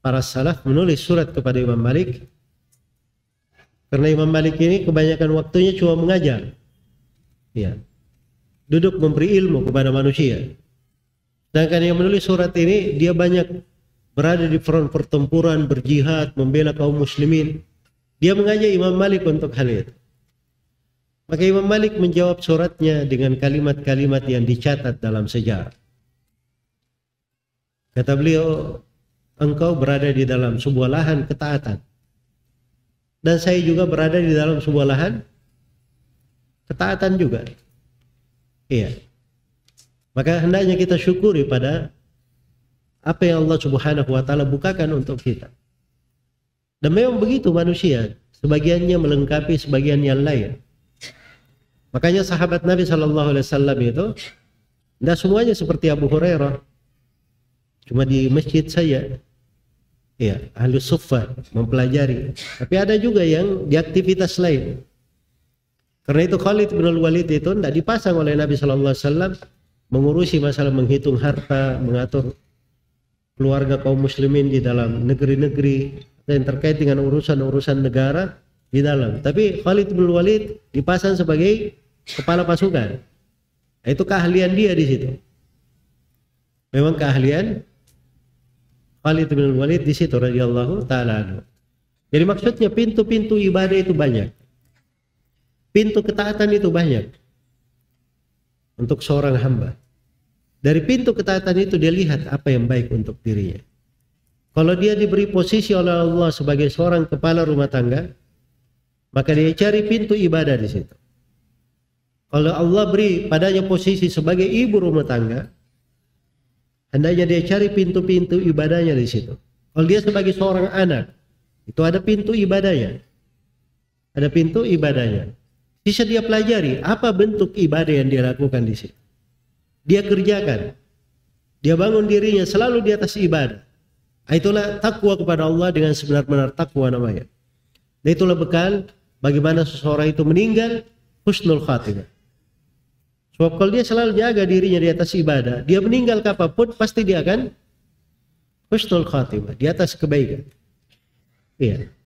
para salaf menulis surat kepada Imam Malik, karena Imam Malik ini kebanyakan waktunya cuma mengajar, ya, duduk memberi ilmu kepada manusia. Sedangkan yang menulis surat ini dia banyak berada di front pertempuran, berjihad, membela kaum muslimin. Dia mengajak Imam Malik untuk hal itu. Maka Imam Malik menjawab suratnya dengan kalimat-kalimat yang dicatat dalam sejarah. Kata beliau, engkau berada di dalam sebuah lahan ketaatan, dan saya juga berada di dalam sebuah lahan ketaatan juga. Iya. Maka hendaknya kita syukuri pada apa yang Allah Subhanahu wa taala bukakan untuk kita. Dan memang begitu manusia, sebagiannya melengkapi sebagian yang lain. Makanya sahabat Nabi sallallahu alaihi wasallam itu tidak semuanya seperti Abu Hurairah, cuma di masjid saja, ya, ahlus suffah mempelajari. Tapi ada juga yang di aktivitas lain. Karena itu Khalid bin Walid itu tidak dipasang oleh Nabi sallallahu alaihi wasallam mengurusi masalah menghitung harta, mengatur keluarga kaum muslimin di dalam negeri-negeri yang terkait dengan urusan-urusan negara di dalam. Tapi Khalid bin Walid dipasang sebagai kepala pasukan. Itu keahlian dia di situ. Memang keahlian Khalid bin Walid di situ radhiyallahu taala anhu. Jadi maksudnya pintu-pintu ibadah itu banyak. Pintu ketaatan itu banyak untuk seorang hamba. Dari pintu ketaatan itu dia lihat apa yang baik untuk dirinya. Kalau dia diberi posisi oleh Allah sebagai seorang kepala rumah tangga, maka dia cari pintu ibadah di situ. Kalau Allah beri padanya posisi sebagai ibu rumah tangga, hendaknya dia cari pintu-pintu ibadahnya di situ. Kalau dia sebagai seorang anak, itu ada pintu ibadahnya. Ada pintu ibadahnya. Bisa dia pelajari apa bentuk ibadah yang dia lakukan di situ. Dia kerjakan. Dia bangun dirinya selalu di atas ibadah. Itulah takwa kepada Allah dengan sebenar-benar takwa namanya. Dan itulah bekal bagaimana seseorang itu meninggal husnul khatimah. Sebab kalau dia selalu jaga dirinya di atas ibadah, dia meninggal kapanpun pasti dia akan husnul khatimah, di atas kebaikan. Iya.